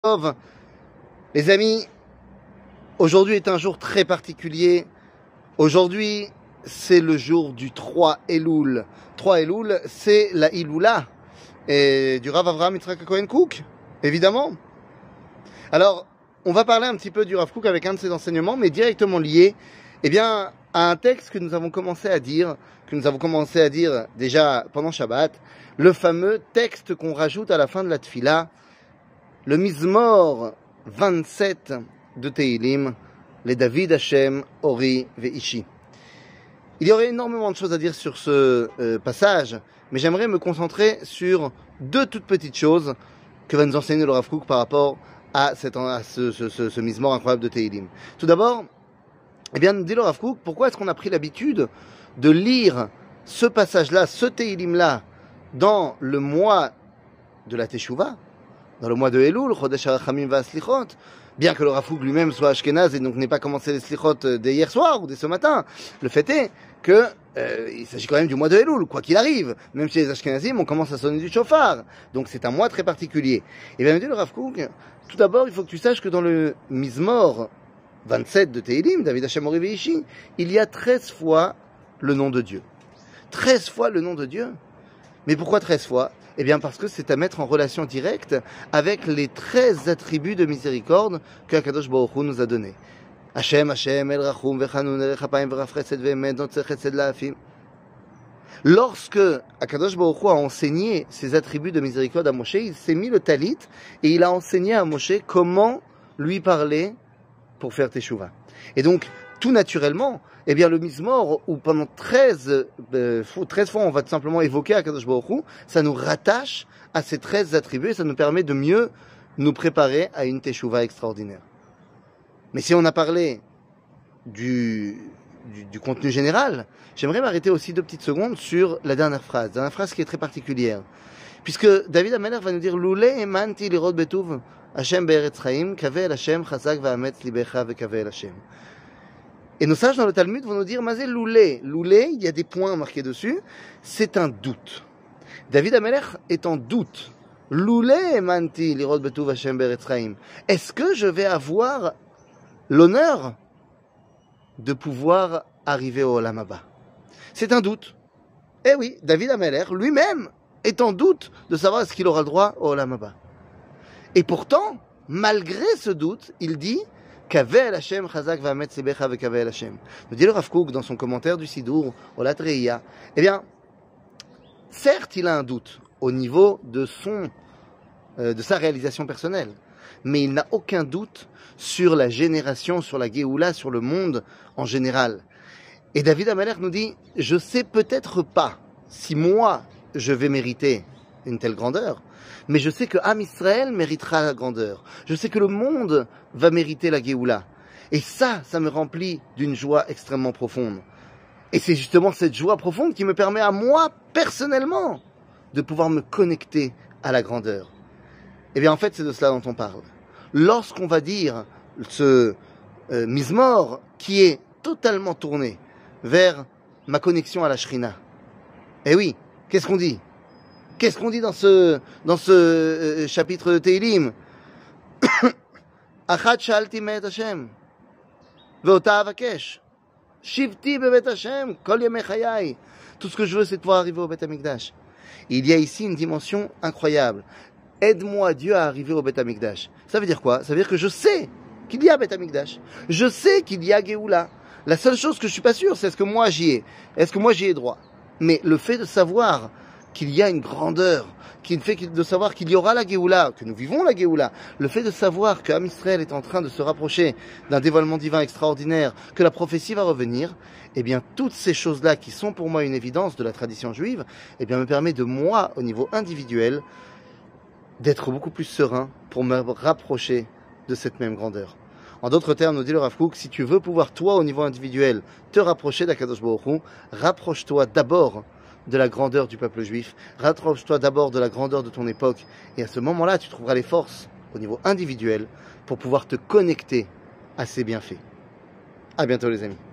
Les amis, aujourd'hui est un jour très particulier. Aujourd'hui, c'est le jour du 3 Elul. 3 Elul, c'est la Iloula et du Rav Avraham Yitzhak Cohen Cook, évidemment. Alors, on va parler un petit peu du Rav Kook avec un de ses enseignements, mais directement lié, à un texte que nous avons commencé à dire, déjà pendant Shabbat, le fameux texte qu'on rajoute à la fin de la Tfila, le Mizmor 27 de Tehilim, les David Hashem, Ori Veishi. Il y aurait énormément de choses à dire sur ce passage, mais j'aimerais me concentrer sur deux toutes petites choses que va nous enseigner le Rav Kook par rapport à ce Mizmor incroyable de Tehilim. Tout d'abord, nous dit le Rav Kook, pourquoi est-ce qu'on a pris l'habitude de lire ce passage-là, ce Tehilim-là, dans le mois de la Teshuvah, dans le mois de Elul, Chodesh HaRachamim VaSlichot, bien que le Rav Kook lui-même soit ashkénaze et donc n'ait pas commencé les Slichot dès hier soir ou dès ce matin. Le fait est que il s'agit quand même du mois de Elul, quoi qu'il arrive. Même chez les ashkénazim, on commence à sonner du chauffard. Donc c'est un mois très particulier. Et bien, me dit le Rav Kook, tout d'abord, il faut que tu saches que dans le Mizmor 27 de Tehilim, David Hashem Ori Veishi, il y a 13 fois le nom de Dieu. 13 fois le nom de Dieu. Mais pourquoi 13 fois ? Eh bien parce que c'est à mettre en relation directe avec les 13 attributs de miséricorde que Akadosh Baruch Hu nous a donnés. Hashem, Hashem, El Rachum, Vechanun, El Chapayim, Veraf Chesed, Ve'emet, Notzer Chesed La'afim. Lorsque Akadosh Baruch Hu a enseigné ces attributs de miséricorde à Moshe, il s'est mis le talit et il a enseigné à Moshe comment lui parler pour faire Teshuvah. Et donc, tout naturellement, le Mizmor, où pendant 13 fois on va tout simplement évoquer Akadosh Baruch Hu, ça nous rattache à ces 13 attributs et ça nous permet de mieux nous préparer à une Teshuvah extraordinaire. Mais si on a parlé du contenu général, j'aimerais m'arrêter aussi 2 petites secondes sur la dernière phrase qui est très particulière. Puisque David HaMelech va nous dire « Loulé emanti lirot betuv Hashem be'eretz chaim, kaveh el Hashem chazak va'ametz libecha ve'kaveh el Hashem » Et nos sages dans le Talmud vont nous dire, Mazé Loulé. Loulé, il y a des points marqués dessus, c'est un doute. David HaMelech est en doute. Loulé manti lirot betuv Hashem be'eretz chaim. Est-ce que je vais avoir l'honneur de pouvoir arriver au Olam Haba? C'est un doute. Eh oui, David HaMelech lui-même est en doute de savoir est-ce qu'il aura le droit au Olam Haba. Et pourtant, malgré ce doute, il dit Kaveh el Hashem chazak va'ametz libecha ve'kaveh el Hashem. Nous dit le Rav Kook dans son commentaire du Sidour, Olat Reia. Certes, il a un doute au niveau de sa réalisation personnelle, mais il n'a aucun doute sur la génération, sur la Géoula, sur le monde en général. Et David HaMelech nous dit, je sais peut-être pas si moi je vais mériter une telle grandeur, mais je sais que Am Israël méritera la grandeur. Je sais que le monde va mériter la Géoula. Et ça me remplit d'une joie extrêmement profonde. Et c'est justement cette joie profonde qui me permet à moi, personnellement, de pouvoir me connecter à la grandeur. En fait, c'est de cela dont on parle. Lorsqu'on va dire ce Mizmor qui est totalement tourné vers ma connexion à la Shrina. Eh oui, qu'est-ce qu'on dit ? Qu'est-ce qu'on dit dans ce chapitre de Tehilim? Achat shalti me'et Hashem, ve'ota avakesh, shivti be'bet Hashem, kol yemei chayai. Tout ce que je veux, c'est de pouvoir arriver au Beth Amikdash. Il y a ici une dimension incroyable. Aide-moi, Dieu, à arriver au Beth Amikdash. Ça veut dire quoi? Ça veut dire que je sais qu'il y a Beth Amikdash. Je sais qu'il y a Géoula. La seule chose que je suis pas sûr, c'est est-ce que moi j'y ai? Est-ce que moi j'y ai droit? Mais le fait de savoir qu'il y a une grandeur, de savoir qu'il y aura la Géoula, que nous vivons la Géoula, le fait de savoir que Am Israël est en train de se rapprocher d'un dévoilement divin extraordinaire, que la prophétie va revenir, toutes ces choses-là qui sont pour moi une évidence de la tradition juive, me permet de moi, au niveau individuel, d'être beaucoup plus serein pour me rapprocher de cette même grandeur. En d'autres termes, nous dit le Rav Kook, si tu veux pouvoir, toi, au niveau individuel, te rapprocher d'Akadosh Baruch Hu, rapproche-toi d'abord de la grandeur du peuple juif, rapproche-toi d'abord de la grandeur de ton époque, et à ce moment-là, tu trouveras les forces, au niveau individuel, pour pouvoir te connecter à ces bienfaits. À bientôt les amis.